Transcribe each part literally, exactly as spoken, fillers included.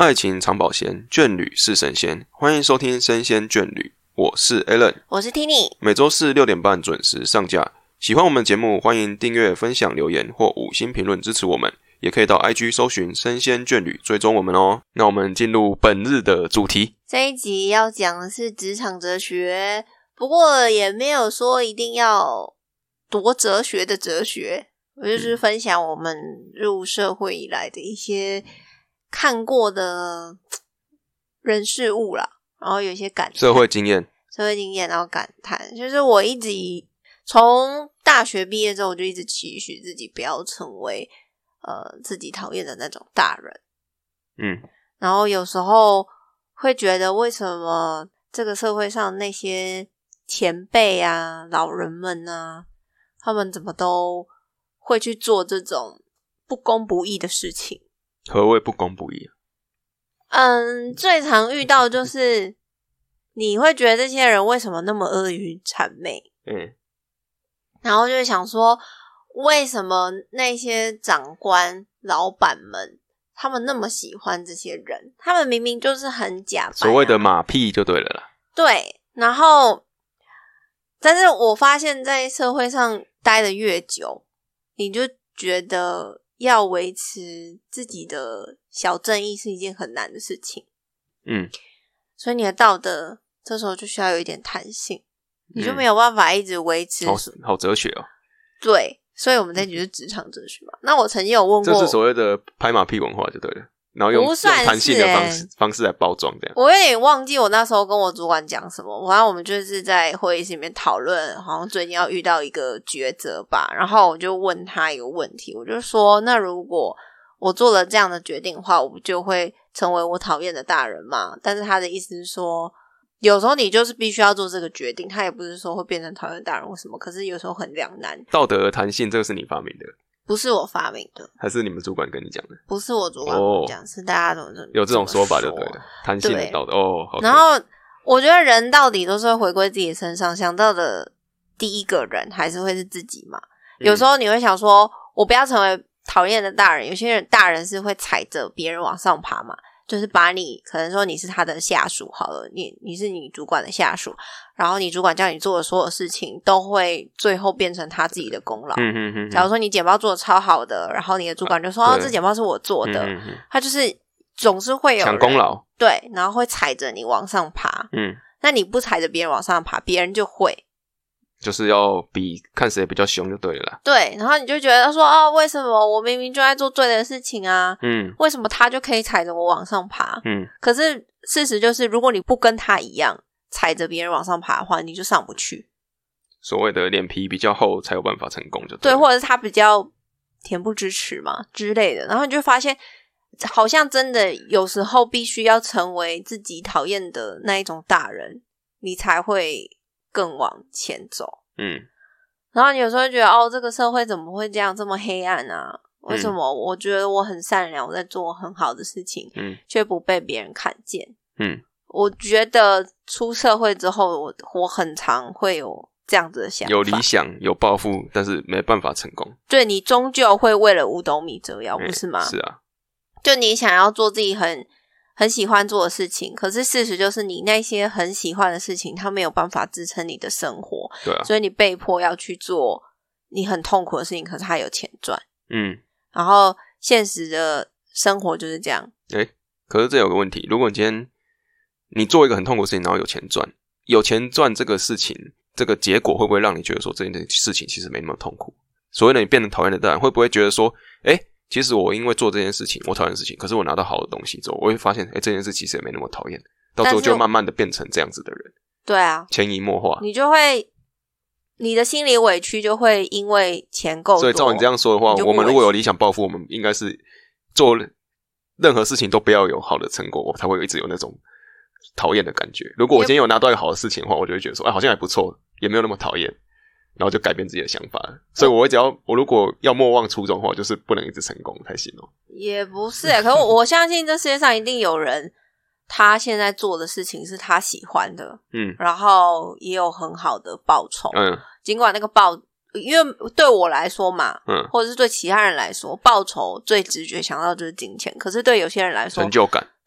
爱情长保鲜，眷侣是神仙。欢迎收听生鲜眷侣，我是 Alan， 我是 Tini， 每周四六点半准时上架。喜欢我们节目，欢迎订阅、分享、留言或五星评论支持我们，也可以到 I G 搜寻生鲜眷侣追踪我们哦。那我们进入本日的主题， 这一集要讲的是职场哲学，不过也没有说一定要多哲学的哲学，我就是分享我们入社会以来的一些看过的人事物啦，然后有一些感叹， 社会经验， 社会经验，然后感叹，就是我一直从大学毕业之后，我就一直期许自己不要成为呃自己讨厌的那种大人， 嗯， 然后有时候会觉得为什么这个社会上那些前辈啊、老人们啊，他们怎么都会去做这种不公不义的事情？ 何谓不公不义？ 嗯，最常遇到就是你会觉得这些人为什么那么阿谀谄媚？ 嗯， 然后就会想说，为什么那些长官、老板们他们那么喜欢这些人？他们明明就是很假白啊， 所谓的马屁就对了啦。 对，然后，但是我发现在社会上待得越久，你就觉得要维持自己的小正义是一件很难的事情。 嗯， 所以你的道德这时候就需要有一点弹性，你就没有办法一直维持。 好好哲学哦。 对，所以我们这集是职场哲学嘛。那我曾经有问过， 这是所谓的拍马屁文化就对了，然后用用弹性的方式方式来包装这样。 我有点忘记我那时候跟我主管讲什么，反正我们就是在会议室里面讨论，好像最近要遇到一个抉择吧，然后我就问他一个问题，我就说，那如果我做了这样的决定的话，我不就会成为我讨厌的大人吗？但是他的意思是说，有时候你就是必须要做这个决定，他也不是说会变成讨厌的大人或什么，可是有时候很两难。 道德弹性这个是你发明的？ 不是我发明的， 还是你们主管跟你讲的？ 不是我主管跟我讲，哦，是大家都有这种说法就对了，弹性的道德哦。Okay， 然后我觉得人到底都是会回归自己的身上，想到的第一个人还是会是自己嘛。嗯，有时候你会想说，我不要成为讨厌的大人。有些人大人是会踩着别人往上爬嘛，就是把你可能说你是他的下属好了，你你是你主管的下属，然后你主管叫你做的所有事情都会最后变成他自己的功劳。 嗯哼哼哼， 假如说你简报做得超好的，然后你的主管就说，啊，哦，这简报是我做的，嗯哼哼，他就是总是会有人抢功劳， 对，然后会踩着你往上爬。嗯，那你不踩着别人往上爬，别人就会。 就是要比看谁比较凶就对了啦。 对，然后你就觉得说，哦，为什么我明明就在做对的事情啊？嗯，为什么他就可以踩着我往上爬？嗯，可是事实就是，如果你不跟他一样踩着别人往上爬的话，你就上不去。 所谓的脸皮比较厚才有办法成功就对了，对，或者是他比较恬不知耻嘛之类的。然后你就发现，好像真的有时候必须要成为自己讨厌的那一种大人，你才会更往前走。嗯，然后你有时候会觉得，哦，这个社会怎么会这样这么黑暗啊？为什么我觉得我很善良，我在做很好的事情，嗯，却不被别人看见？嗯，我觉得出社会之后，我我很常会有这样子的想法， 有理想有抱负，但是没办法成功。 对，你终究会为了五斗米折腰，不是吗？ 是啊， 就你想要做自己很很喜欢做的事情，可是事实就是你那些很喜欢的事情，它没有办法支撑你的生活。 对啊， 所以你被迫要去做你很痛苦的事情，可是它有钱赚。 嗯， 然后现实的生活就是这样。 诶，可是这有个问题，如果你今天你做一个很痛苦的事情，然后有钱赚，有钱赚这个事情，这个结果会不会让你觉得说这件事情其实没那么痛苦？所谓的你变成讨厌的大人，会不会觉得说，诶，其实我因为做这件事情，我讨厌的事情，可是我拿到好的东西之后，我会发现，诶，这件事其实也没那么讨厌，到最后就慢慢的变成这样子的人。 对啊， 潜移默化， 你就会，你的心理委屈就会因为钱够多。 所以照你这样说的话，我们如果有理想抱负，我们应该是做任何事情都不要有好的成果，我才会一直有那种讨厌的感觉。如果我今天有拿到一个好的事情的话，我就会觉得说，哎，好像还不错，也没有那么讨厌，然后就改变自己的想法了。所以我只要我如果要莫忘初衷的话，就是不能一直成功才行哦。 也不是欸，可是我相信这世界上一定有人，他现在做的事情是他喜欢的，嗯，然后也有很好的报酬，嗯，尽管那个报，因为对我来说嘛，嗯，或者是对其他人来说，报酬最直觉想到就是金钱，可是对有些人来说， 成就感。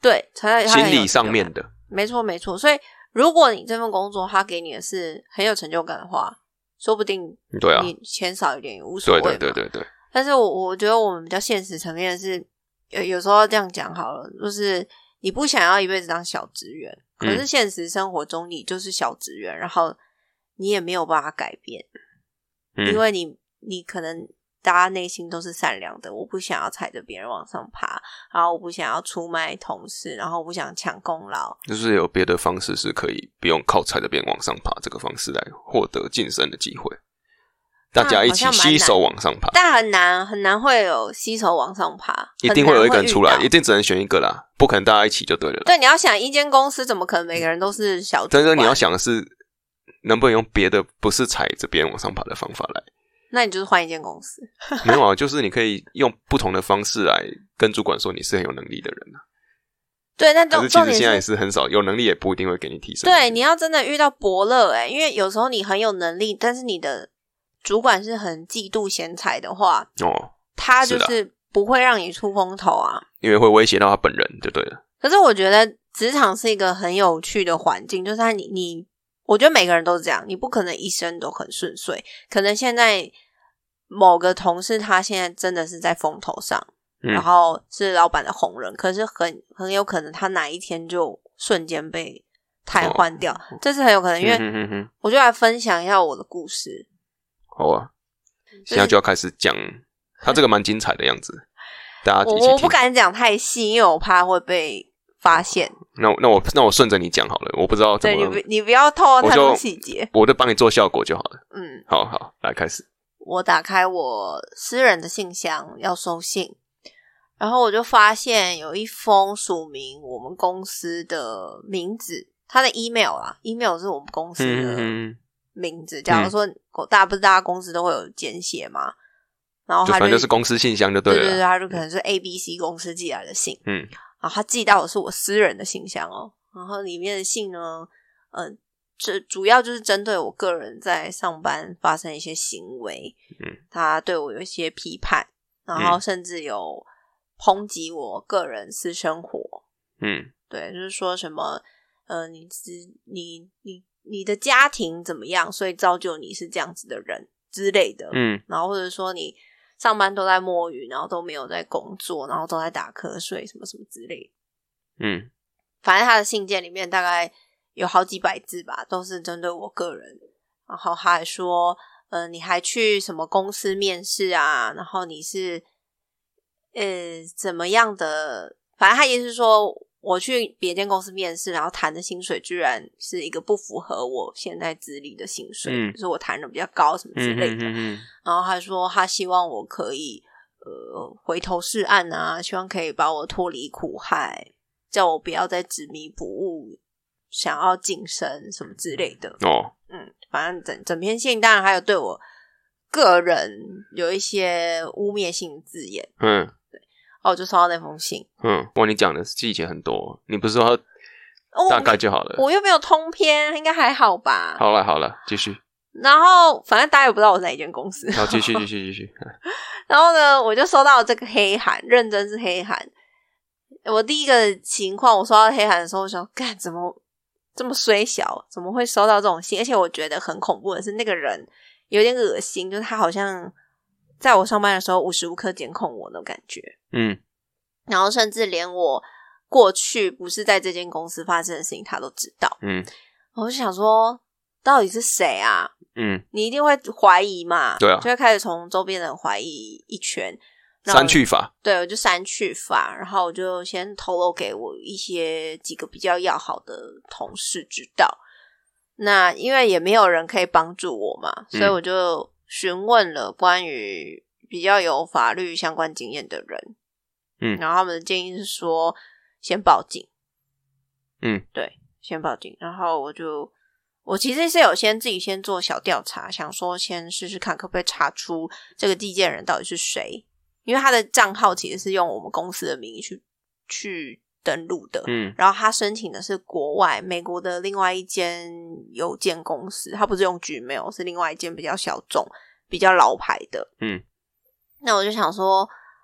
对，才他心理上面的， 没错没错。所以如果你这份工作他给你的是很有成就感的话，说不定对啊， 你钱少一点也无所谓嘛。 对对对对对。 但是我我觉得我们比较现实层面的是，有有时候要这样讲好了，就是你不想要一辈子当小职员，可是现实生活中你就是小职员，然后你也没有办法改变，嗯、因为你你可能大家内心都是善良的，我不想要踩着别人往上爬，然后我不想要出卖同事，然后我不想抢功劳， 就是有别的方式是可以不用靠踩着别人往上爬这个方式来获得晋升的机会。大家一起携手往上爬， 但很难很难会有携手往上爬， 一定会有一个人出来，一定只能选一个啦，不可能大家一起就对了啦。 对，你要想一间公司怎么可能每个人都是小主管？ 但是你要想的是，能不能用别的不是踩着别人往上爬的方法来？ 那你就是换一间公司。 没有啊，就是你可以用不同的方式来跟主管说你是很有能力的人啊。 对，但可是其实现在也是很少，有能力也不一定会给你提升。 对，你要真的遇到伯乐欸，因为有时候你很有能力，但是你的主管是很嫉妒嫌才的话，哦，他就是不会让你出风头啊， 因为会威胁到他本人就对了。 可是我觉得职场是一个很有趣的环境，就是他你你，我觉得每个人都是这样，你不可能一生都很顺遂，可能现在某个同事他现在真的是在风头上，嗯、然后是老板的红人，可是很很有可能他哪一天就瞬间被汰换掉，哦、这是很有可能，因为我就来分享一下我的故事。 好啊，现在就要开始讲，他这个蛮精彩的样子，大家一起听。 我我不敢讲太细，因为我怕会被发现。 那那我那我顺着你讲好了，我不知道怎么。 对，你不你不要透露太多细节， 我就帮你做效果就好了。 嗯， 好好，来开始。 我打开我私人的信箱要收信，然后我就发现有一封署名我们公司的名字，他的 email 啦 ，email 是我们公司的。嗯嗯名字，假如说、嗯、大家不是大家公司都会有简写嘛，然后他就就反正是公司信箱就对了， 对对对，他就可能是 A B C 公司寄来的信，嗯，然后他寄到的是我私人的信箱哦，然后里面的信呢，呃，这主要就是针对我个人在上班发生一些行为，嗯，他对我有一些批判，然后甚至有抨击我个人私生活，嗯，对，就是说什么，呃，你你你。你的家庭怎么样，所以造就你是这样子的人之类的，嗯，然后或者说你上班都在摸鱼，然后都没有在工作，然后都在打瞌睡什么什么之类的，嗯，反正他的信件里面大概有好几百字吧，都是针对我个人，然后他还说呃，你还去什么公司面试啊，然后你是呃怎么样的，反正他意思是说我去别间公司面试，然后谈的薪水居然是一个不符合我现在资历的薪水，嗯、就是我谈的比较高什么之类的。嗯哼哼哼然后他说他希望我可以呃回头是岸啊，希望可以把我脱离苦海，叫我不要再执迷不悟，想要晋升什么之类的。哦，嗯，反正整整篇信当然还有对我个人有一些污蔑性字眼。嗯。哦，我就收到那封信。 嗯，哇，你讲的细节很多，你不是说大概就好了？ 哦、我又没有通篇，应该还好吧？ 好了好了，继续。 然后反正大家也不知道我是哪一间公司。 好，继续继续继续。 然后呢，我就收到这个黑函，认真是黑函。我第一个情况，我收到黑函的时候，我想，干怎么这么衰小？怎么会收到这种信？而且我觉得很恐怖的是，那个人有点恶心，就是他好像在我上班的时候无时无刻监控我的感觉。嗯，然后甚至连我过去不是在这间公司发生的事情他都知道。嗯，我就想说到底是谁啊？嗯，你一定会怀疑嘛。 对啊， 就会开始从周边的人怀疑一圈。 删去法。 对，我就删去法，然后我就先透露给我一些几个比较要好的同事知道。那因为也没有人可以帮助我嘛，所以我就询问了关于比较有法律相关经验的人。嗯，然后他们的建议是说先报警。嗯，对，先报警。然后我就我其实是有先自己先做小调查，想说先试试看可不可以查出这个寄件人到底是谁，因为他的账号其实是用我们公司的名义去去登录的。嗯，然后他申请的是国外美国的另外一间邮件公司，他不是用 Gmail， 是另外一间比较小众比较老牌的。嗯，那我就想说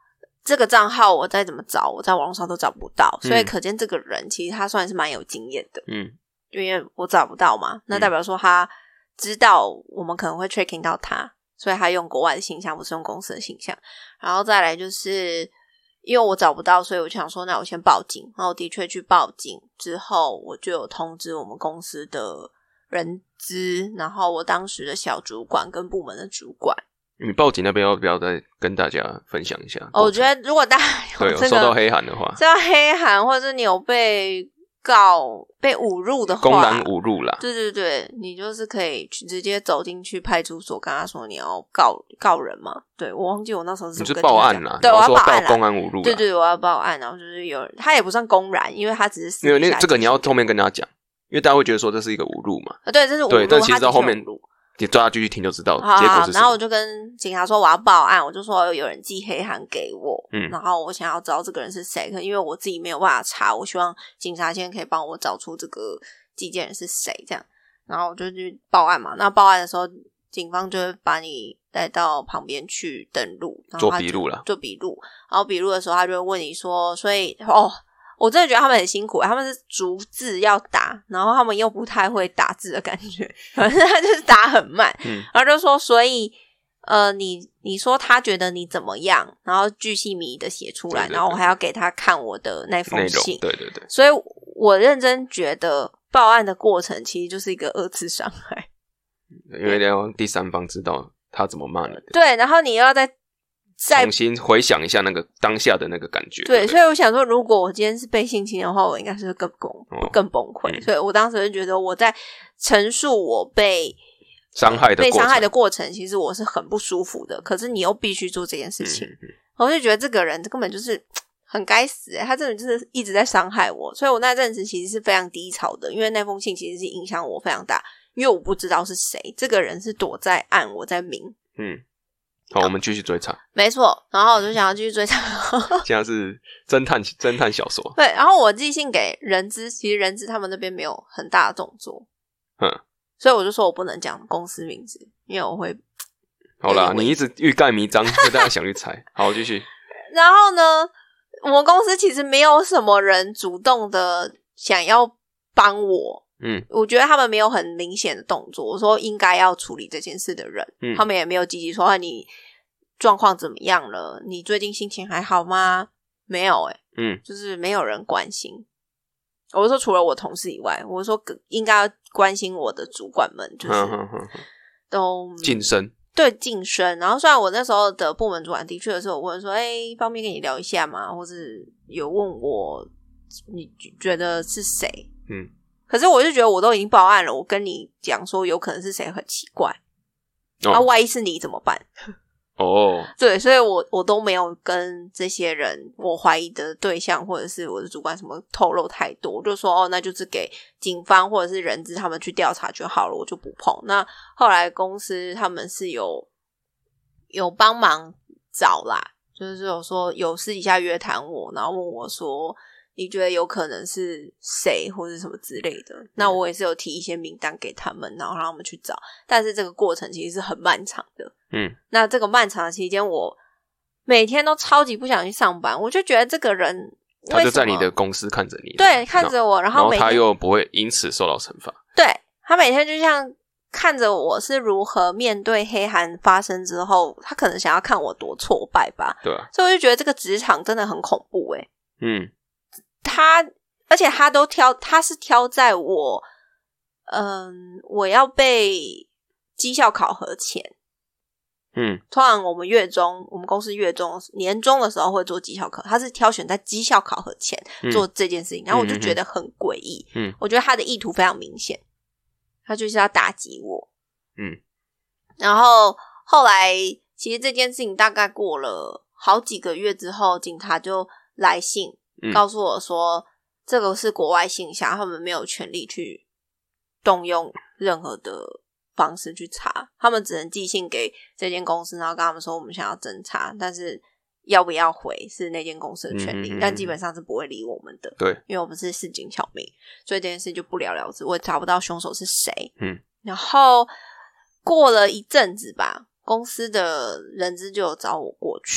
这个账号我再怎么找，我在网络上都找不到， 嗯所以可见这个人其实他算是蛮有经验的。 嗯， 因为我找不到嘛，那代表说他知道我们可能会 tracking 到他，所以他用国外的信箱，不是用公司的信箱。然后再来就是因为我找不到，所以我想说那我先报警。然后我的确去报警之后，我就有通知我们公司的人资，然后我当时的小主管跟部门的主管。 你报警那边要不要再跟大家分享一下？ 哦，我觉得如果大家有、这个、 对有收到黑函的话， 收到黑函或者你有被告被侮辱的话， 公然侮辱啦， 对对对，你就是可以直接走进去派出所，跟他说你要告告人嘛。对，我忘记我那时候是怎么跟你是报案啦， 对，我要报案啦， 公然侮辱啦， 对对，我要报案。然后就是有人，他也不算公然，因为他只是私没有那下这个你要后面跟大家讲，因为大家会觉得说这是一个侮辱嘛。 啊，对，这是侮辱， 对，但其实到后面他的确侮辱你抓他继续听就知道好好结果是什么。 然后我就跟警察说我要报案，我就说有人寄黑函给我， 嗯， 然后我想要知道这个人是谁，可因为我自己没有办法查，我希望警察先可以帮我找出这个寄件人是谁，这样，然后我就去报案嘛。那报案的时候，警方就会把你带到旁边去登录，然后做笔录啦， 做笔录，然后笔录的时候，他就会问你说，所以哦。我真的觉得他们很辛苦，他们是逐字要打，然后他们又不太会打字的感觉，反正他就是打很慢， 嗯， 然后就说，所以呃，你你说他觉得你怎么样，然后巨细靡遗的写出来， 对对对， 然后我还要给他看我的那封信， 对对对， 所以我认真觉得报案的过程其实就是一个二次伤害， 因为要让第三方知道他怎么骂你的， 对，然后你又要再再重新回想一下那个当下的那个感觉。 对， 对， 所以我想说，如果我今天是被性侵的话，我应该是更崩、 哦、 更崩溃、嗯。所以我当时就觉得我在陈述我被伤害的被伤害的过程，其实我是很不舒服的。可是你又必须做这件事情， 嗯嗯、 我就觉得这个人根本就是很该死、欸，他真的就是一直在伤害我。所以我那阵子其实是非常低潮的，因为那封信其实是影响我非常大，因为我不知道是谁，这个人是躲在暗，我在明。 嗯。好，我们继续追查。 没错，然后我就想要继续追查。 现在是侦探侦探小说。 对，然后我寄信给人资，其实人资他们那边没有很大的动作。 嗯， 所以我就说我不能讲公司名字，因为我会。 好啦，你一直欲盖弥彰，所以大家想去猜。好，继续。 然后呢，我们公司其实没有什么人主动的想要帮我。 嗯， 我觉得他们没有很明显的动作。我说应该要处理这件事的人， 嗯， 他们也没有积极说、啊、你状况怎么样了？你最近心情还好吗？没有诶、欸、 嗯， 就是没有人关心。我说除了我同事以外，我说应该要关心我的主管们，就是都晋升， 对晋升。然后虽然我那时候的部门主管的确是有问说，哎，方便跟你聊一下吗？或是有问我你觉得是谁？ 嗯。 可是我就觉得我都已经报案了，我跟你讲说有可能是谁很奇怪， 哦、 啊，万一是你怎么办？ 哦， 对，所以我我都没有跟这些人我怀疑的对象或者是我的主管什么透露太多，我就说哦，那就是给警方或者是人资他们去调查就好了，我就不碰。那后来公司他们是有有帮忙找啦，就是有说有私底下约谈我，然后问我说。你觉得有可能是谁或是什么之类的，那我也是有提一些名单给他们，然后让他们去找，但是这个过程其实是很漫长的。 嗯， 那这个漫长的期间我每天都超级不想去上班，我就觉得这个人他就在你的公司看着你， 对，看着我，然后每天然后他又不会因此受到惩罚， 对，他每天就像看着我是如何面对黑函发生之后，他可能想要看我多挫败吧， 对啊， 所以我就觉得这个职场真的很恐怖欸。 嗯， 他而且他都挑他是挑在我嗯我要被绩效考核前， 嗯， 通常我们月中我们公司月中年终的时候会做绩效考，他是挑选在绩效考核前做这件事情，嗯，然后我就觉得很诡异， 嗯， 我觉得他的意图非常明显，他就是要打击我， 嗯， 然后后来其实这件事情大概过了好几个月之后，警察就来信告诉我说，嗯，这个是国外信箱，他们没有权利去动用任何的方式去查，他们只能寄信给这间公司，然后跟他们说我们想要侦查，但是要不要回是那间公司的权利，嗯嗯嗯，但基本上是不会理我们的， 对， 因为我们是市井小民，所以这件事就不了了之，我也找不到凶手是谁。 嗯， 然后过了一阵子吧，公司的人资就有找我过去，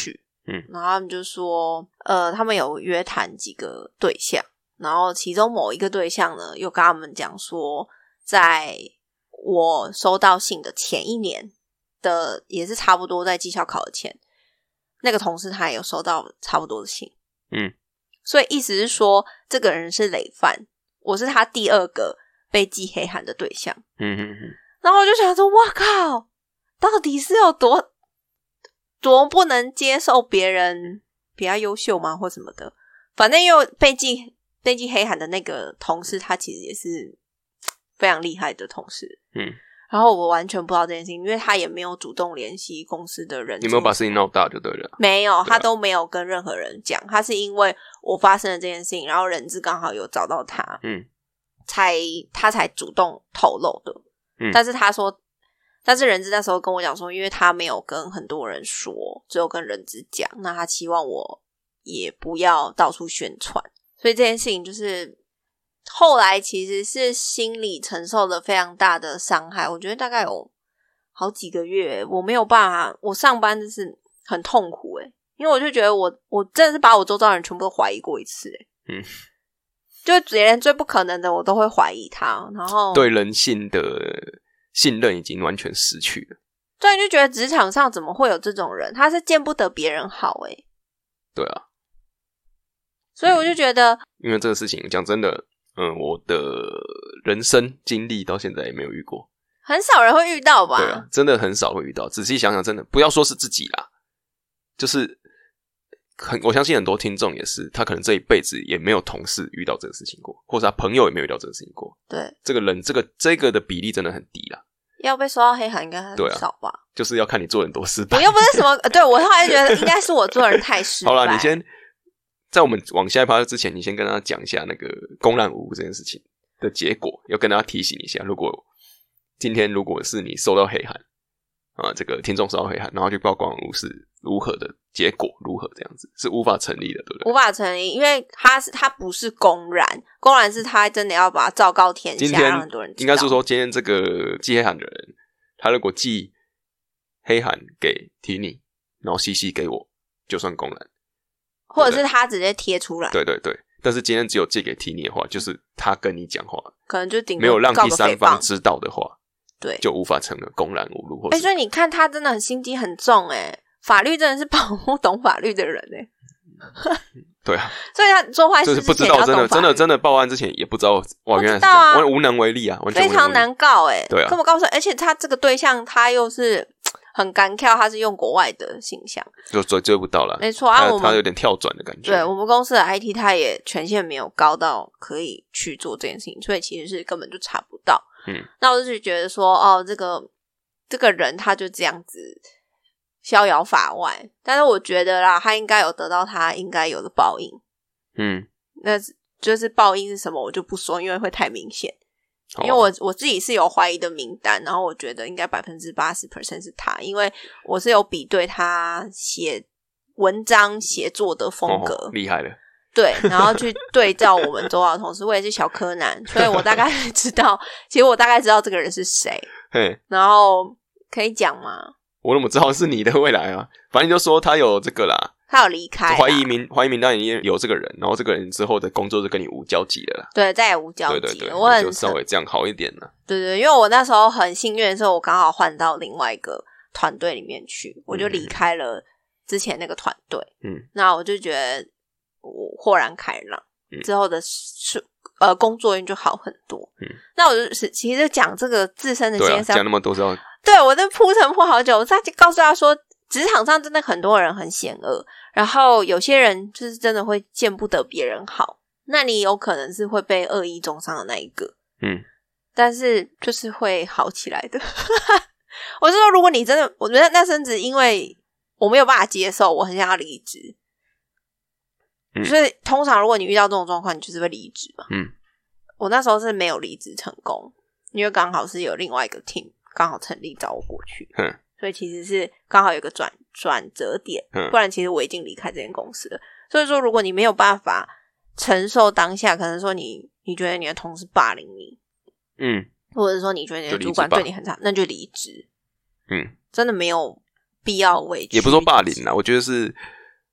嗯， 然后他们就说，呃，他们有约谈几个对象，然后其中某一个对象呢，又跟他们讲说，在我收到信的前一年的，也是差不多在绩效考的前，那个同事他也有收到差不多的信， 嗯， 所以意思是说，这个人是累犯，我是他第二个被记黑函的对象， 嗯嗯嗯， 然后我就想说，哇靠，到底是有多多不能接受别人比较优秀吗，或什么的？反正又被记被记黑函的那个同事，他其实也是非常厉害的同事， 嗯。 然后我完全不知道这件事情，因为他也没有主动联系公司的人。 你没有把事情闹大就对了。 没有， 啊、 他都没有跟任何人讲。他是因为我发生了这件事情，然后人资刚好有找到他， 嗯， 才他才主动透露的。 嗯， 但是他说，但是人资那时候跟我讲说，因为他没有跟很多人说，只有跟人资讲，那他期望我也不要到处宣传，所以这件事情就是后来其实是心理承受了非常大的伤害。我觉得大概有好几个月，我没有办法，我上班就是很痛苦诶，因为我就觉得我我真的是把我周遭的人全部都怀疑过一次诶。 嗯， 就连最不可能的我都会怀疑他，然后对人性的信任已经完全失去了。 对，就觉得职场上怎么会有这种人，他是见不得别人好诶。 对啊， 所以我就觉得、 嗯、因为这个事情讲真的，嗯，我的人生经历到现在也没有遇过， 很少人会遇到吧。 对啊，真的很少会遇到。仔细想想，真的不要说是自己啦，就是很我相信很多听众也是，他可能这一辈子也没有同事遇到这个事情过，或者他朋友也没有遇到这个事情过。 对， 这个人这个这个的比例真的很低啦。 要被收到黑函应该很少吧、啊、 就是要看你做人多失败。 我又不是什么对，我后来觉得应该是我做人太失败。 好啦，你先在我们往下一趴之前，你先跟大家讲一下那个公然侮辱这件事情的结果，要跟大家提醒一下，如果今天如果是你收到黑函啊，这个听众收到黑函，然后去报公然侮辱是如何的结果，如何这样子是无法成立的，对不对？ 无法成立，因为他是他不是公然，公然是他真的要把它昭告天下，让很多人知道。 应该是说，今天这个寄黑函的人，他如果寄黑函给 Tini， 然后 C C 给我，就算公然， 或者是他直接贴出来。 对对对，但是今天只有寄给 Tini 的话，就是他跟你讲话， 可能就顶多没有让第三方知道的话， 对， 就无法成了公然侮辱。 哎、欸，所以你看，他真的很心机很重哎、欸，法律真的是保护懂法律的人哎、欸。 对啊， 所以他做坏事就是不知道，真的真的真的报案之前也不知道，哇，原来是这样，我无能为力啊，完全非常难告哎、欸。 对啊， 根本告诉，而且他这个对象他又是很干跳，他是用国外的形象， 就追追不到了。 没错啊，我们他有点跳转的感觉。 对我们公司的 I T， 他也权限没有高到可以去做这件事情，所以其实是根本就查不到。 嗯， 那我就觉得说，哦，这个这个人他就这样子逍遥法外，但是我觉得啦，他应该有得到他应该有的报应。 嗯， 那就是报应是什么，我就不说，因为会太明显。 哦、 因为我我自己是有怀疑的名单，然后我觉得应该百分之八十 percent 是他，因为我是有比对他写文章写作的风格， 哦、厉害了。 对，然后去对照我们周遭的同事，我也是小柯南，所以我大概知道，其实我大概知道这个人是谁。 嘿， 然后可以讲吗？ 我怎么知道是你的未来啊？反正就说他有这个啦， 他有离开， 怀疑名怀疑名单里面有这个人，然后这个人之后的工作就跟你无交集了啦。 对，再也无交集了。 对对对， 我很就稍微这样好一点了。 对对，因为我那时候很幸运的时候，我刚好换到另外一个团队里面去，我就离开了之前那个团队。嗯，那我就觉得我豁然开朗，嗯、之后的呃工作运就好很多。嗯，那我就是其实讲这个自身的经验上， 讲、啊、那么多是要。 对，我在铺陈铺好久，我再告诉他说，职场上真的很多人很险恶，然后有些人就是真的会见不得别人好，那你有可能是会被恶意中伤的那一个， 嗯，但是就是会好起来的。我是说，如果你真的，我觉得那甚至因为我没有办法接受，我很想要离职，嗯，所以通常如果你遇到这种状况，你就是会离职嘛。嗯，我那时候是没有离职成功，因为刚好是有另外一个 team。刚好成立找我过去，嗯，所以其实是刚好有个转转折点，嗯，不然其实我已经离开这间公司了。所以说，如果你没有办法承受当下，可能说你你觉得你的同事霸凌你，嗯，或者说你觉得你的主管对你很差，那就离职，嗯，真的没有必要委屈。 也不是说霸凌啦，我觉得是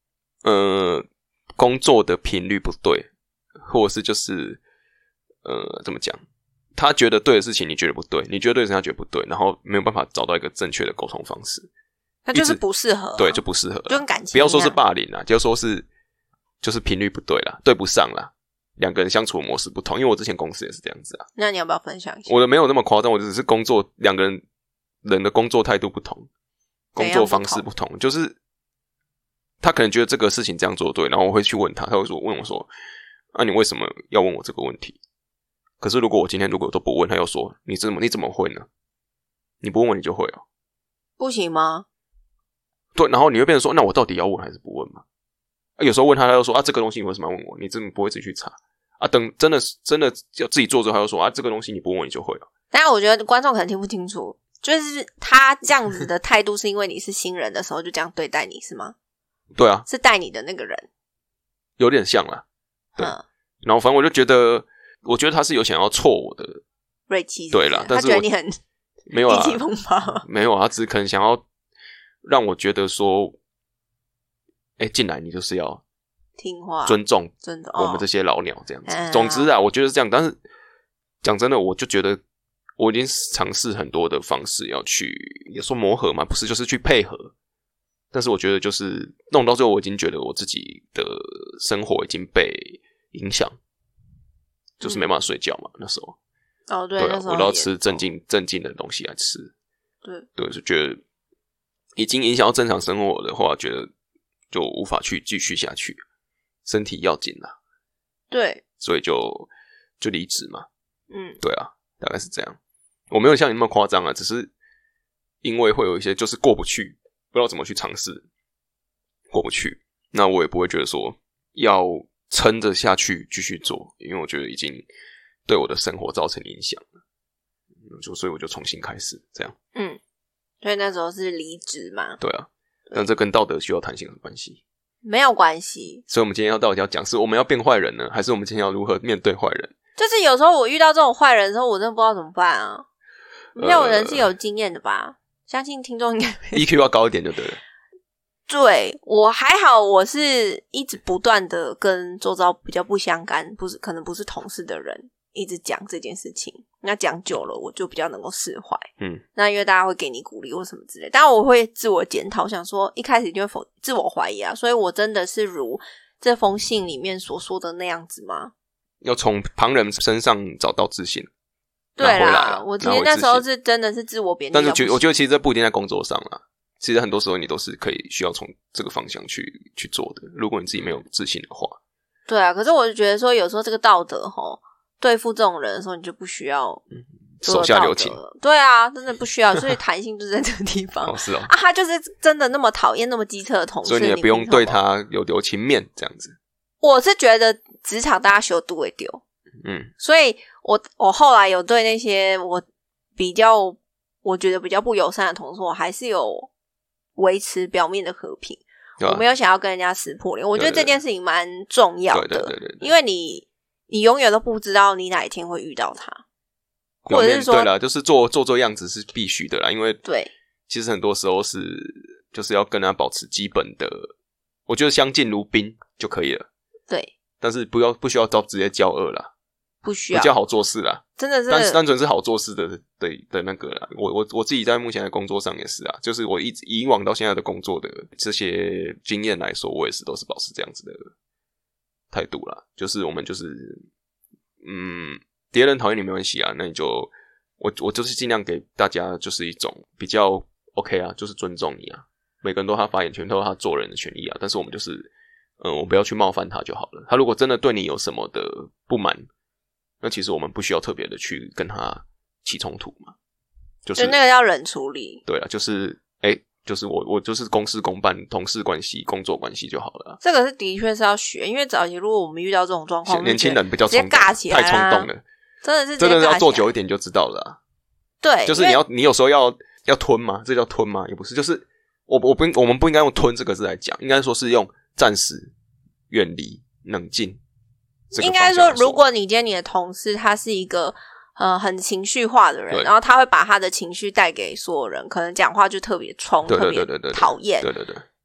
呃工作的频率不对，或者是就是呃怎么讲，他觉得对的事情你觉得不对，你觉得对的事情他觉得不对，然后没有办法找到一个正确的沟通方式， 那就是不适合、啊， 对，就不适合， 就跟感情不要说是霸凌啦，就说是就是频率不对啦，对不上啦，两个人相处的模式不同，因为我之前公司也是这样子啊。 那你要不要分享一下？ 我的没有那么夸张，我只是工作两个人人的工作态度不同，工作方式不同，就是他可能觉得这个事情这样做对，然后我会去问他，他会说问我说，啊，你为什么要问我这个问题？可是如果我今天如果都不问，他又说你怎么你怎么会呢？你不问我你就会哦， 不行吗？ 对，然后你会变成说，那我到底要问还是不问嘛？啊、有时候问他，他又说啊，这个东西你为什么要问我？你真的不会自己去查啊？等真的真的要自己做之后，他又说啊，这个东西你不问我你就会了。 但我觉得观众可能听不清楚，就是他这样子的态度是因为你是新人的时候就这样对待你是吗？ 对啊， 是带你的那个人， 有点像啦。对， 嗯、 然后反正我就觉得，我觉得他是有想要挫我的锐气， 对啦，但是他觉得你很没有啊， 意气风发， 没有啊，他只是可能想要让我觉得说，哎，进来你就是要听话、 尊重尊重我们这些老鸟这样子。 哦、 总之啊，我觉得是这样。但是讲真的，我就觉得我已经尝试很多的方式要去，也说磨合嘛，不是就是去配合。但是我觉得就是弄到最后，我已经觉得我自己的生活已经被影响，就是没办法睡觉嘛。嗯、那时候， 哦对， 对、啊， 那时候我都要吃镇静镇静的东西来吃。 对对，就觉得已经影响到正常生活的话，觉得就无法去继续下去，身体要紧啦。 对， 所以就就离职嘛。 嗯， 对啊，大概是这样。我没有像你那么夸张啊，只是因为会有一些就是过不去，不知道怎么去尝试，过不去，那我也不会觉得说要撑着下去继续做，因为我觉得已经对我的生活造成影响了。就所以我就重新开始这样。 嗯，所以那时候是离职嘛。 对啊，但这跟道德需要弹性有关系？ 没有关系。 所以我们今天要到底要讲是我们要变坏人呢，还是我们今天要如何面对坏人？ 就是有时候我遇到这种坏人的时候，我真的不知道怎么办啊。没有人是有经验的吧？呃、相信听众应该 E Q 要高一点就对了。 对，我还好，我是一直不断的跟周遭比较不相干，不是可能不是同事的人一直讲这件事情。那讲久了，我就比较能够释怀。 嗯， 那因为大家会给你鼓励或什么之类，当然我会自我检讨，想说一开始就会否自我怀疑啊，所以我真的是如这封信里面所说的那样子吗？ 要从旁人身上找到自信。 对啦，我其实那时候是真的是自我贬低， 但是觉我觉得其实这不一定在工作上啦，其实很多时候你都是可以需要从这个方向去去做的，如果你自己没有自信的话。 对啊，可是我就觉得说有时候这个道德齁对付这种人的时候，你就不需要手下留情。 对啊，真的不需要，所以弹性就是在这个地方。 哦，是哦。 啊，他就是真的那么讨厌那么机车的同事， 所以你也不用对他有留情面这样子。 我是觉得职场大家修都会丢， 嗯， 所以我我后来有对那些我比较我觉得比较不友善的同事，我还是有维持表面的和平，啊、我没有想要跟人家撕破脸。我觉得这件事情蛮重要的， 对对对对对， 因为你你永远都不知道你哪一天会遇到他，或者是说对啦，就是做做做样子是必须的啦，因为对， 其实很多时候是就是要跟他保持基本的，我觉得相敬如宾就可以了。 对， 但是不要不需要直接交恶啦， 不需要比较好做事啦， 真的是单单纯是好做事的的的那个啦。我我我自己在目前的工作上也是啊，就是我一直以往到现在的工作的这些经验来说，我也是都是保持这样子的态度啦。就是我们就是嗯，别人讨厌你没关系啊，那你就我我就是尽量给大家就是一种比较 OK 啊，就是尊重你啊，每个人都有他发言权，都有他做人的权益啊，但是我们就是嗯，我不要去冒犯他就好了。他如果真的对你有什么的不满，那其实我们不需要特别的去跟他起冲突嘛，就是就那个要冷处理。 对啊，就是诶、欸、就是我我就是公事公办，同事关系、工作关系就好了、啊。 这个是的确是要学，因为早期如果我们遇到这种状况， 年轻人比较冲动， 直接尬起来、啊， 太冲动了， 真的是真的要做久一点就知道了、啊。 对， 就是你要你有时候要要吞嘛，这叫吞嘛，也不是，就是我我不我们不应该用吞这个字来讲，应该说是用暂时远离、冷静。 应该说，如果你今天你的同事他是一个呃很情绪化的人，然后他会把他的情绪带给所有人，可能讲话就特别冲，特别讨厌。 对对对，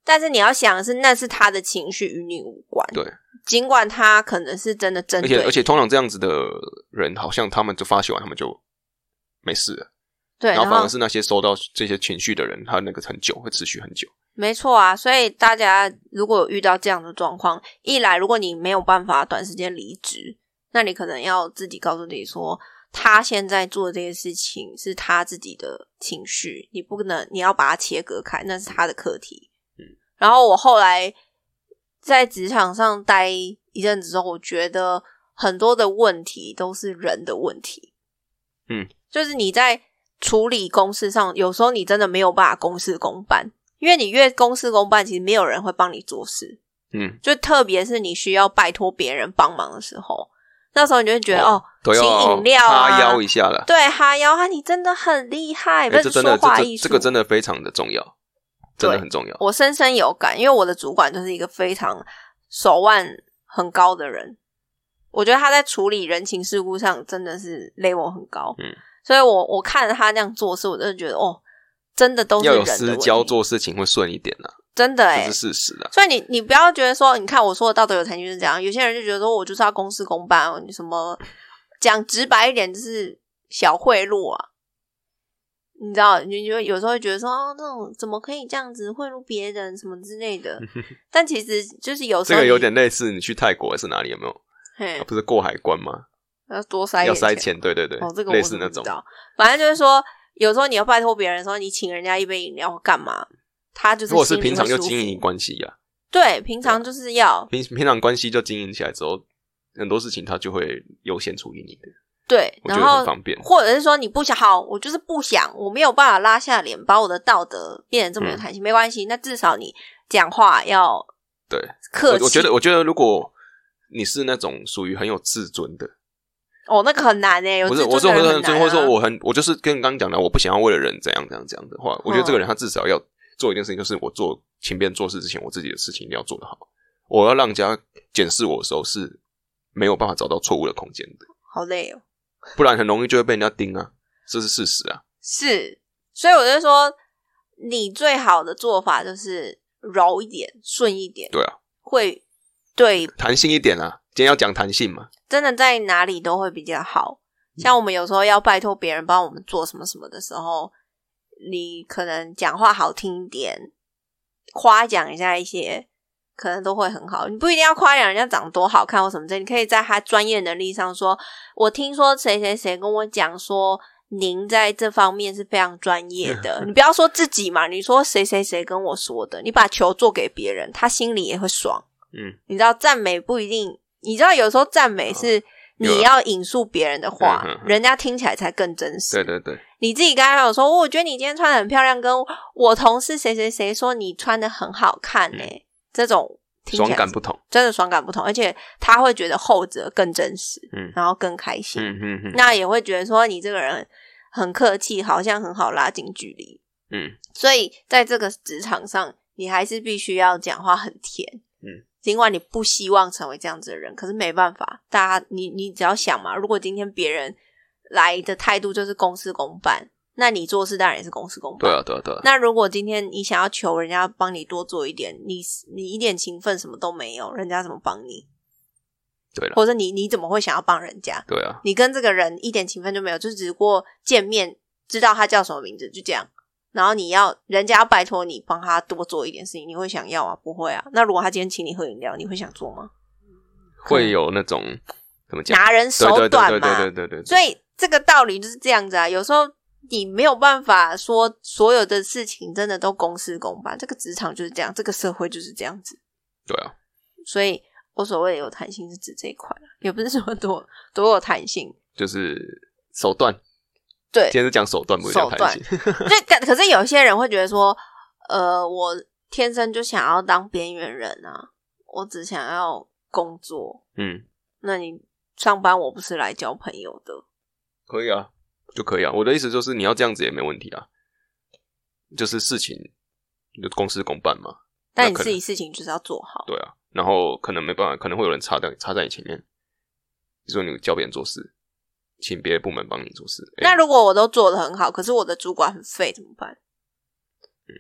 但是你要想的是，那是他的情绪，与你无关。 对， 尽管他可能是真的针对你， 而且而且通常这样子的人，好像他们就发泄完，他们就没事了。 对， 然后反而是那些收到这些情绪的人，他那个很久会持续很久。 没错啊，所以大家如果有遇到这样的状况，一来如果你没有办法短时间离职，那你可能要自己告诉自己说，他现在做的这些事情是他自己的情绪，你不能你要把它切割开，那是他的课题。 嗯， 然后我后来在职场上待一阵子之后，我觉得很多的问题都是人的问题。 嗯， 就是你在处理公事上，有时候你真的没有办法公事公办，因为你越公事公办，其实没有人会帮你做事。 嗯， 就特别是你需要拜托别人帮忙的时候，那时候你就会觉得哦， 都要请饮料啊， 哈腰一下了。 对，哈腰啊，你真的很厉害， 欸、 不是这真的说话艺术， 这, 这个真的非常的重要，真的很重要。 我深深有感，因为我的主管就是一个非常手腕很高的人，我觉得他在处理人情世故上真的是 level 很高。 嗯。 所以我我看着他那样做事，我真的觉得哦，真的都是人的问题， 要有私交，做事情会顺一点啊， 真的哎、欸， 这是事实啊。 所以你你不要觉得说，你看我说的道德有弹性是这样，有些人就觉得说我就是要公事公办，你什么讲直白一点就是小贿赂啊，你知道，你就有时候会觉得说哦，那种怎么可以这样子贿赂别人什么之类的，但其实就是有时候这个有点类似你去泰国还是哪里有没有？ 嘿啊、不是过海关吗？ 要多塞要塞钱，对对对， 哦，这个类似那种。 反正就是说，有时候你要拜托别人的时候，你请人家一杯饮料或干嘛，他就是如果是平常就经营关系啊， 对，平常就是要平平常关系就经营起来之后，很多事情他就会优先处理你的。 对， 我觉得很方便。 或者是说你不想好，我就是不想，我没有办法拉下脸，把我的道德变得这么有弹性，嗯、没关系，那至少你讲话要对客气。 我, 我觉得，我觉得如果你是那种属于很有自尊的。 哦，那个很难诶、欸，有自尊的人很难、啊、 不是，我说或者说我很，我就是跟刚刚讲的，我不想要为了人怎样怎样怎样的话，我觉得这个人他至少要做一件事情，就是我做请别人做事之前，我自己的事情一定要做得好。我要让人家检视我的时候是没有办法找到错误的空间的。 好累哦， 不然很容易就会被人家盯啊，这是事实啊。 是，所以我就说，你最好的做法就是柔一点、顺一点。 对啊， 会对弹性一点啊。今天要讲弹性嘛， 真的在哪里都会比较好。像我们有时候要拜托别人帮我们做什么什么的时候，你可能讲话好听一点，夸奖一下一些，可能都会很好。你不一定要夸奖人家长得多好看或什么之类，你可以在他专业能力上说，我听说谁谁谁跟我讲说您在这方面是非常专业的。你不要说自己嘛，你说谁谁谁跟我说的，你把球做给别人，他心里也会爽。 嗯， 你知道赞美不一定，你知道有时候赞美是你要引述别人的话， 嗯、 人家听起来才更真实。 对对对， 你自己刚才有说、哦、我觉得你今天穿得很漂亮，跟我同事谁谁谁说你穿得很好看耶、欸嗯、这种听起来爽感不同， 真的爽感不同，而且他会觉得后者更真实， 嗯， 然后更开心， 嗯嗯嗯， 那也会觉得说你这个人很客气，好像很好拉近距离， 嗯， 所以在这个职场上，你还是必须要讲话很甜， 嗯。 尽管你不希望成为这样子的人，可是没办法，大家你你只要想嘛，如果今天别人来的态度就是公事公办，那你做事当然也是公事公办。 对啊，对啊，对啊。 那如果今天你想要求人家帮你多做一点，你你一点情分什么都没有，人家怎么帮你？ 对了， 或者你你怎么会想要帮人家？ 对啊， 你跟这个人一点情分就没有，就只不过见面知道他叫什么名字，就这样。然后你要人家要拜托你帮他多做一点事情，你会想要啊？不会啊。那如果他今天请你喝饮料，你会想做吗？ 会有那种怎么讲， 拿人手短嘛。 对对对对对对对。 所以这个道理就是这样子啊。有时候你没有办法说所有的事情真的都公事公办，这个职场就是这样，这个社会就是这样子。 对啊。 所以我所谓的有弹性是指这一块啦，也不是什么多多有弹性， 就是手段。 对， 今天是讲手段，不是讲弹性。 对，可是有些人会觉得说，呃，我天生就想要当边缘人啊，我只想要工作。 嗯， 那你上班我不是来交朋友的？ 可以啊，就可以啊。我的意思就是你要这样子也没问题啊，就是事情就公事公办嘛。 但你自己事情就是要做好。 对啊，然后可能没办法，可能会有人插在插在你前面，比如说你教别人做事。请别的部门帮你做事。 那如果我都做得很好，可是我的主管很废怎么办？ 嗯，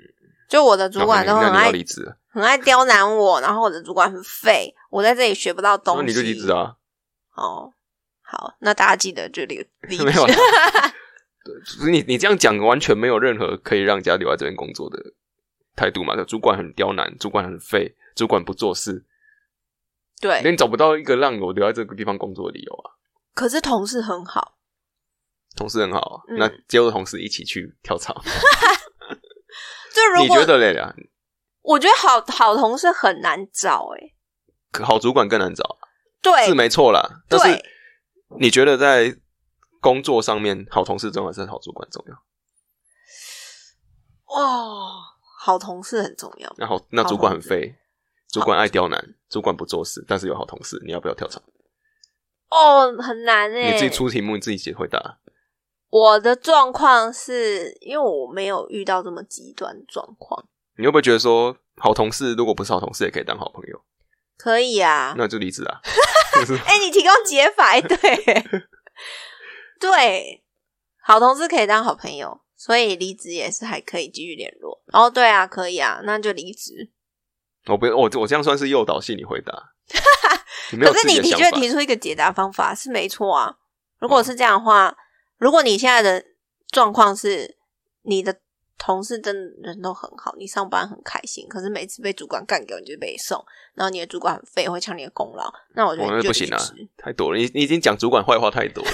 就我的主管都很那你爱要离职了， 很爱刁难我，然后我的主管很废，我在这里学不到东西。 那你就离职啊。 哦，好，那大家记得就离离职。 没有啦对，你你这样讲完全没有任何可以让人家留在这边工作的态度嘛？主管很刁难，主管很废，主管不做事， 对， 连找不到一个让我留在这个地方工作的理由啊。 可是同事很好， 同事很好啊， 嗯、 那接着同事一起去跳槽。 就如果你觉得嘞呀？ 我觉得好好同事很难找诶、 欸，好主管更难找， 对， 是没错啦。但是你觉得在工作上面，好同事重要还是好主管重要？ 哦，好同事很重要。 那好，那主管很废，主管爱刁难，主管不做事，但是有好同事，你要不要跳槽？ 哦，很难诶、 你自己出题目，你自己回答。 我的状况是因为我没有遇到这么极端的状况。 你会不会觉得说，好同事如果不是好同事，也可以当好朋友？ 可以啊， 那就离职啊。 哎、欸，你提供解法，欸、对对，好同事可以当好朋友，所以离职也是还可以继续联络。哦，对啊，可以啊，那就离职。 我不，我我这样算是诱导性你回答。你没有可是你的确提出一个解答方法是没错啊。如果是这样的话，嗯、如果你现在的状况是你的同事真的人都很好，你上班很开心，可是每次被主管干掉你就被送，然后你的主管很废，会抢你的功劳，那我觉得你就不行啊，太多了，你你已经讲主管坏话太多了。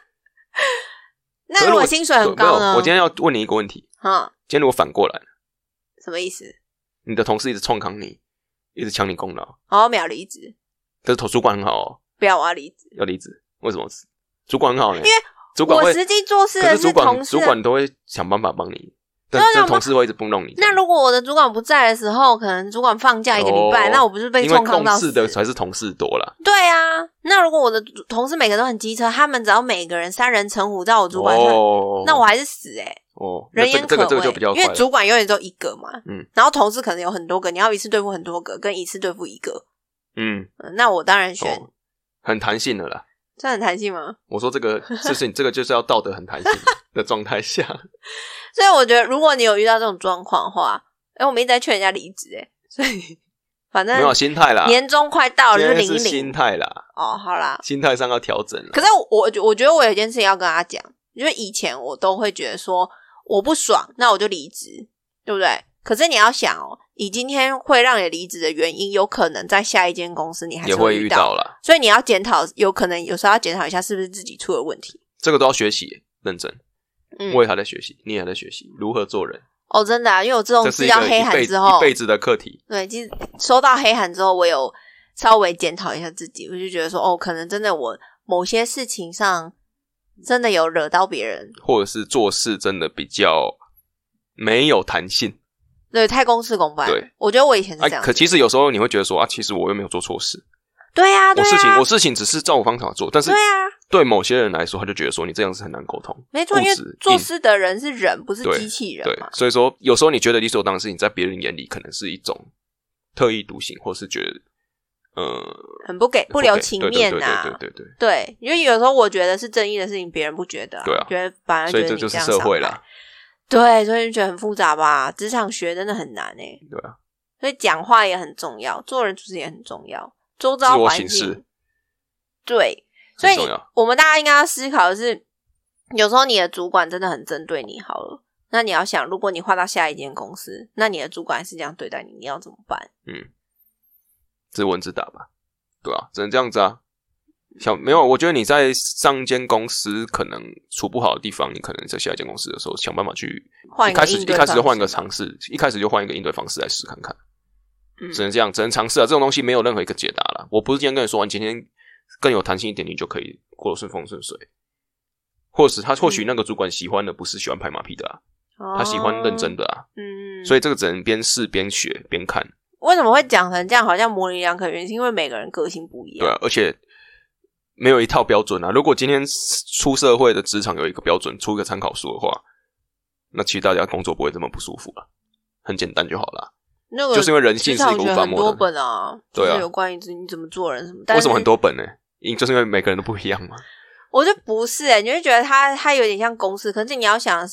那如果薪水很高呢？ 我今天要问你一个问题， 嗯， 今天如果反过来， 什么意思？ 你的同事一直冲扛你，一直抢你功劳， 哦，秒离职。 可是主管很好哦， 不要，我要离职。 要离职？为什么？主管很好呢？ 因为主管我实际做事的是同事， 主管都会想办法帮你。但是同事会一直不弄你。 那如果我的主管不在的时候，可能主管放假一个礼拜，哦、那我不是被冲康到死？ 因为共事的才是同事多啦。 对啊，那如果我的同事每个都很机车，他们只要每个人三人成虎在我主管上，哦、那我还是死诶、欸、 哦， 人言可畏、 这个这个就比较快， 因为主管永远都一个嘛， 嗯， 然后同事可能有很多个，你要一次对付很多个，跟一次对付一个， 嗯， 那我当然选、 哦、很弹性的啦。 这很弹性吗？ 我说这个事情，这个就是要道德很弹性的状态下。 所以我觉得，如果你有遇到这种状况的话，哎，我们一直在劝人家离职，哎，所以反正没有心态啦， 年终快到了就领一领， 是心态啦。 哦，好啦， 心态上要调整啦。 可是我我觉得我有一件事情要跟他讲，因为以前我都会觉得说我不爽，那我就离职，对不对？可是你要想哦，你今天会让你离职的原因，有可能在下一间公司你还是会遇遇到啦， 所以你要检讨，有可能有时候要检讨一下是不是自己出了问题。 这个都要学习，认真。 嗯， 我也还在学习，你也还在学习如何做人。 哦，真的啊，因为我自从知道黑函之后， 一辈子的课题。 对，其实收到黑函之后，我有稍微检讨一下自己，我就觉得说，哦，可能真的我某些事情上真的有惹到别人， 或者是做事真的比较没有弹性。 对，太公事公办。 对， 我觉得我以前是这样、 啊。可其实有时候你会觉得说啊，其实我又没有做错事。 对啊，对啊， 我事情我事情只是照我方法做，但是对啊， 对某些人来说，他就觉得说你这样是很难沟通。 没错，因为做事的人是人，不是机器人嘛。 对，所以说有时候你觉得理所当然的事情，在别人眼里可能是一种特立独行，或是觉得呃很不给不留情面呐、 啊。对对对对对对， 对，因为有时候我觉得是正义的事情，别人不觉得、啊， 对啊， 觉得反而觉得你所以这就是社会啦。 对，所以就觉得很复杂吧。职场学真的很难诶、欸。 对啊， 所以讲话也很重要，做人处事也很重要，周遭环境。对，所以我们大家应该要思考的是，有时候你的主管真的很针对你好了，那你要想，如果你换到下一间公司，那你的主管是这样对待你，你要怎么办？ 嗯，自问自答吧。对啊，只能这样子啊。小没有，我觉得你在上一间公司可能处不好的地方，你可能在下一间公司的时候想办法去换一个一开始一开始就换一个尝试，一开始就换一个应对方式来试看看。嗯，只能这样，只能尝试啊。这种东西没有任何一个解答啦。我不是今天跟你说，你今天更有弹性一点，你就可以过得顺风顺水。或是他或许那个主管喜欢的不是喜欢拍马屁的啊，嗯，他喜欢认真的啊。嗯，所以这个只能边试边学边看。 为什么会讲成这样？好像模棱两可，原因是因为每个人个性不一样。 对啊，而且没有一套标准啊。如果今天出社会的职场有一个标准，出一个参考书的话，那其实大家工作不会这么不舒服啊，很简单就好了。 那个就是因为人性是一个无法摸的。 很多本啊， 对啊， 就是有关于你怎么做人什么。 为什么很多本呢？因就是因为每个人都不一样嘛。 我就不是诶、欸、你会觉得他他有点像公式，可是你要想的是，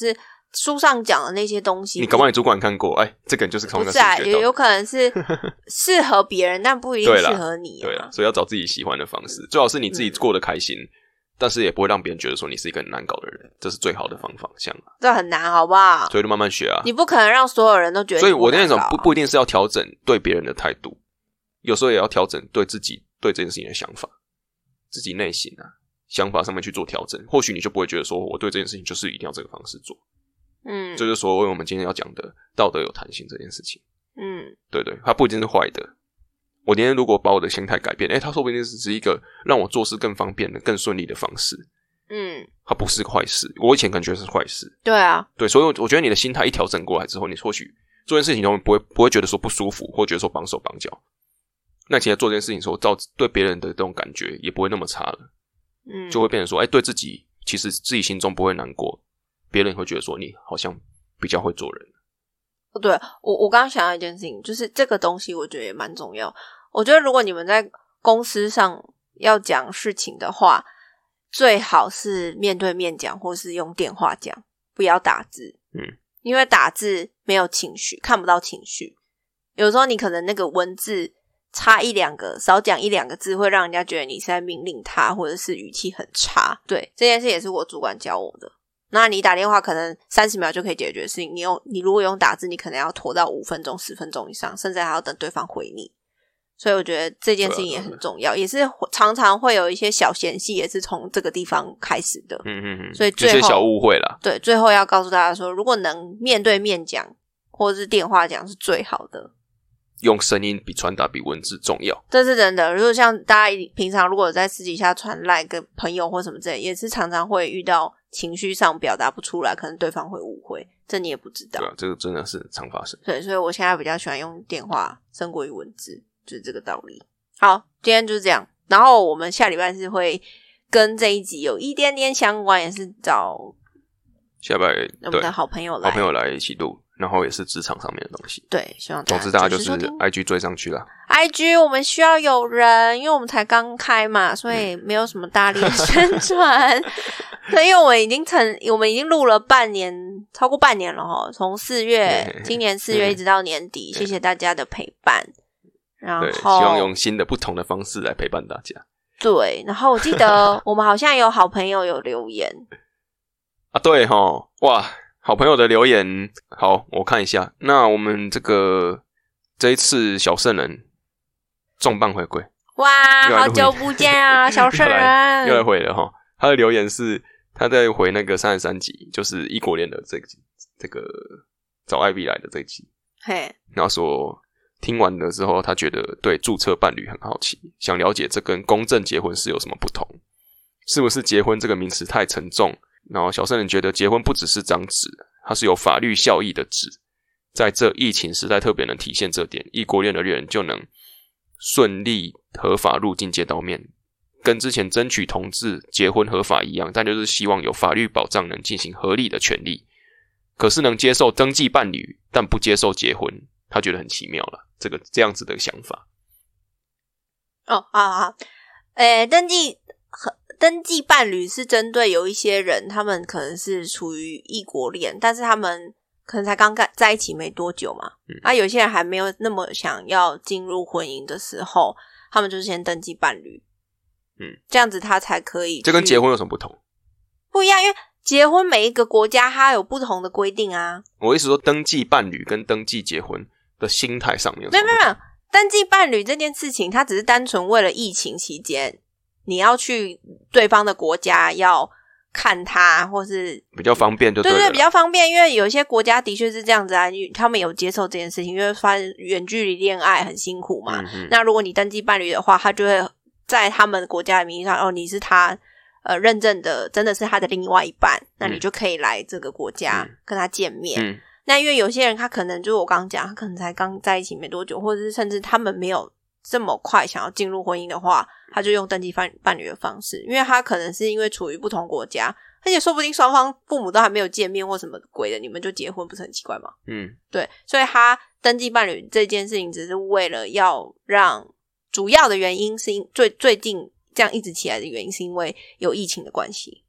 书上讲的那些东西， 你搞不好你主管看过，哎，这个人就是从那个不是啊，也有可能是适合别人，但不一定适合你、啊。 对啦，所以要找自己喜欢的方式，最好是你自己过得开心，嗯、但是也不会让别人觉得说你是一个很难搞的人，这是最好的方方向、啊。 这很难，好不好？ 所以就慢慢学啊。 你不可能让所有人都觉得你不难搞、啊。 所以我那种不不一定是要调整对别人的态度，有时候也要调整对自己对这件事情的想法，自己内心啊想法上面去做调整，或许你就不会觉得说我对这件事情就是一定要这个方式做。嗯，就是说我们今天要讲的道德有弹性这件事情。嗯，对对，它不一定是坏的。我今天如果把我的心态改变，诶，它说不定是一个让我做事更方便的、更顺利的方式。嗯，它不是坏事。我以前可能觉得是坏事。 对啊， 对，所以我觉得你的心态一调整过来之后，你或许做件事情都不会不会觉得说不舒服，或觉得说绑手绑脚。那其实做这件事情的时候，造对别人的这种感觉也不会那么差了。嗯，就会变成说，诶，对自己其实自己心中不会难过。别人会觉得说你好像比较会做人。 对，我我刚刚想到一件事情，就是这个东西我觉得也蛮重要。我觉得如果你们在公司上要讲事情的话，最好是面对面讲，或是用电话讲，不要打字。嗯，因为打字没有情绪，看不到情绪。有时候你可能那个文字差一两个，少讲一两个字，会让人家觉得你是在命令他，或者是语气很差。对，这件事也是我主管教我的。那你打电话可能三十秒就可以解决的事情，你用你如果用打字，你可能要拖到五分钟、十分钟以上，甚至还要等对方回你。所以我觉得这件事情也很重要，也是常常会有一些小嫌隙，也是从这个地方开始的。嗯嗯嗯。所以最后有些小误会啦。 对，最后要告诉大家说，如果能面对面讲，或者是电话讲是最好的。 用声音比传达比文字重要， 这是真的。如果像大家平常如果在私底下传赖跟朋友或什么之类，也是常常会遇到情绪上表达不出来，可能对方会误会，这你也不知道。 对啊，这个真的是常发生。 对，所以我现在比较喜欢用电话胜过于文字，就是这个道理。好，今天就是这样。然后我们下礼拜是会跟这一集有一点点相关，也是找下礼拜我们的好朋友来， 好朋友来一起录。然后也是职场上面的东西， 对，希望总之大家就是 I G 追上去啦。 I G 我们需要有人，因为我们才刚开嘛，所以没有什么大力的宣传。对，因为我们已经成，我们已经录了半年，超过半年了齁，从四月，今年四月一直到年底，谢谢大家的陪伴。然后， 希望用新的不同的方式来陪伴大家。 对，然后我记得我们好像有好朋友有留言啊，对齁，哇。好朋友的留言，好，我看一下。那我们这个这一次小圣人重磅回归， 哇，好久不见啊，小圣人又来回了齁。他的留言是他在回那个三十三集，就是异国恋的这个这个找艾比来的这一集。嘿，然后说听完了之后，他觉得对注册伴侣很好奇，想了解这跟公证结婚是有什么不同，是不是结婚这个名词太沉重？然后小圣人觉得结婚不只是张纸，它是有法律效益的纸，在这疫情时代特别能体现这点，异国恋的恋人就能顺利合法入境见到面，跟之前争取同志结婚合法一样，但就是希望有法律保障能进行合理的权利，可是能接受登记伴侣但不接受结婚，他觉得很奇妙啦，这个这样子的想法。 哦，好好，诶，登记登记伴侣是针对有一些人，他们可能是处于异国恋，但是他们可能才刚在一起没多久嘛。嗯，啊，有些人还没有那么想要进入婚姻的时候，他们就先登记伴侣。嗯，这样子他才可以。 这跟结婚有什么不同？ 不一样，因为结婚每一个国家它有不同的规定啊。 我意思说，登记伴侣跟登记结婚的心态上面有什么不同？ 没有没有，登记伴侣这件事情，它只是单纯为了疫情期间。你要去对方的国家要看他，或是比较方便就对了， 对对，比较方便，因为有一些国家的确是这样子啊，他们有接受这件事情，因为发现远距离恋爱很辛苦嘛。嗯，那如果你登记伴侣的话，他就会在他们国家的名义上，哦，你是他呃认证的，真的是他的另外一半，那你就可以来这个国家跟他见面。嗯，那因为有些人他可能就是我刚刚讲，他可能才刚在一起没多久，或者是甚至他们没有这么快想要进入婚姻的话，他就用登记伴侣的方式，因为他可能是因为处于不同国家，而且说不定双方父母都还没有见面或什么鬼的，你们就结婚，不是很奇怪吗？嗯，对，所以他登记伴侣这件事情只是为了要让，主要的原因是因最最近这样一直起来的原因是因为有疫情的关系。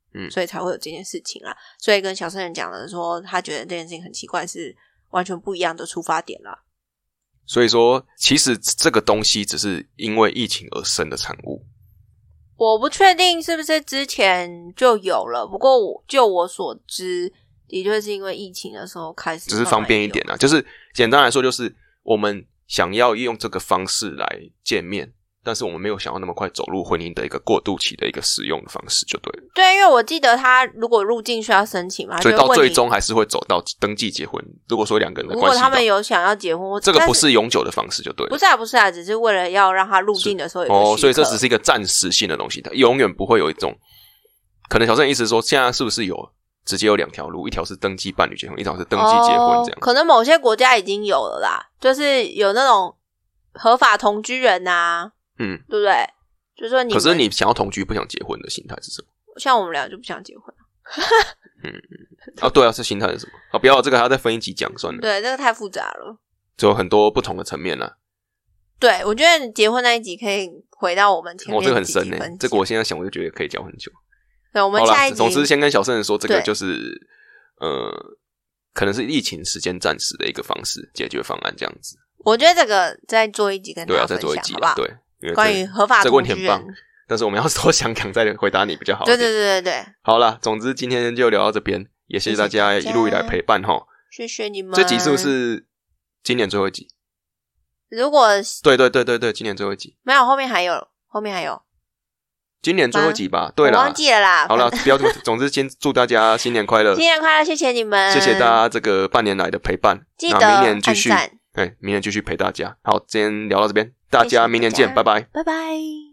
嗯， 所以才会有这件事情啦。所以跟小圣人讲的说，他觉得这件事情很奇怪，是完全不一样的出发点啦。 所以说，其实这个东西只是因为疫情而生的产物。 我不确定是不是之前就有了，不过我就我所知，的确是因为疫情的时候开始， 只是方便一点啊。就是简单来说，就是我们想要用这个方式来见面，但是我们没有想要那么快走入婚姻的一个过渡期的一个使用的方式就对了。 对，因为我记得他如果入境需要申请嘛， 所以到最终还是会走到登记结婚。如果说两个人的关系， 如果他们有想要结婚， 这个不是永久的方式就对了。 不是啊，不是啊，只是为了要让他入境的时候有个许可。 哦，所以这只是一个暂时性的东西，它永远不会有一种可能。小圣的意思是说，现在是不是有直接有两条路，一条是登记伴侣结婚，一条是登记结婚这样、哦、 可能某些国家已经有了啦，就是有那种合法同居人啊，嗯，对不对？就是说你， 可是你想要同居不想结婚的心态是什么？ 像我们俩就不想结婚嗯，啊，对啊，这心态是什么？啊，不要这个还要再分一集讲算了。 对，这个太复杂了， 就有很多不同的层面啦。 对，我觉得结婚那一集可以回到我们前面哦，这个很深诶、 欸，这个我现在想我就觉得可以讲很久。 对，我们下一集。 总之，先跟小圣人说，这个就是呃，可能是疫情时间暂时的一个方式解决方案这样子。 我觉得这个再做一集跟大家分享， 对啊，再做一集好不好？ 对，因为关于合法这个问题很棒， 同居人， 但是我们要多想想再回答你比较好。 对对对对对。 好啦，总之今天就聊到这边，也谢谢大家一路以来陪伴齁。 谢谢你们。 这集是不是今年最后一集？ 如果对对对对对，今年最后一集。 没有，后面还有，后面还有。 今年最后一集吧，对啦， 我忘记了啦。 好了，不要，总之先祝大家新年快乐， 新年快乐，谢谢你们， 谢谢大家这个半年来的陪伴， 记得明年继续， 按赞， 对，明年继续陪大家。好，今天聊到这边，大家明年见，拜拜， 拜拜。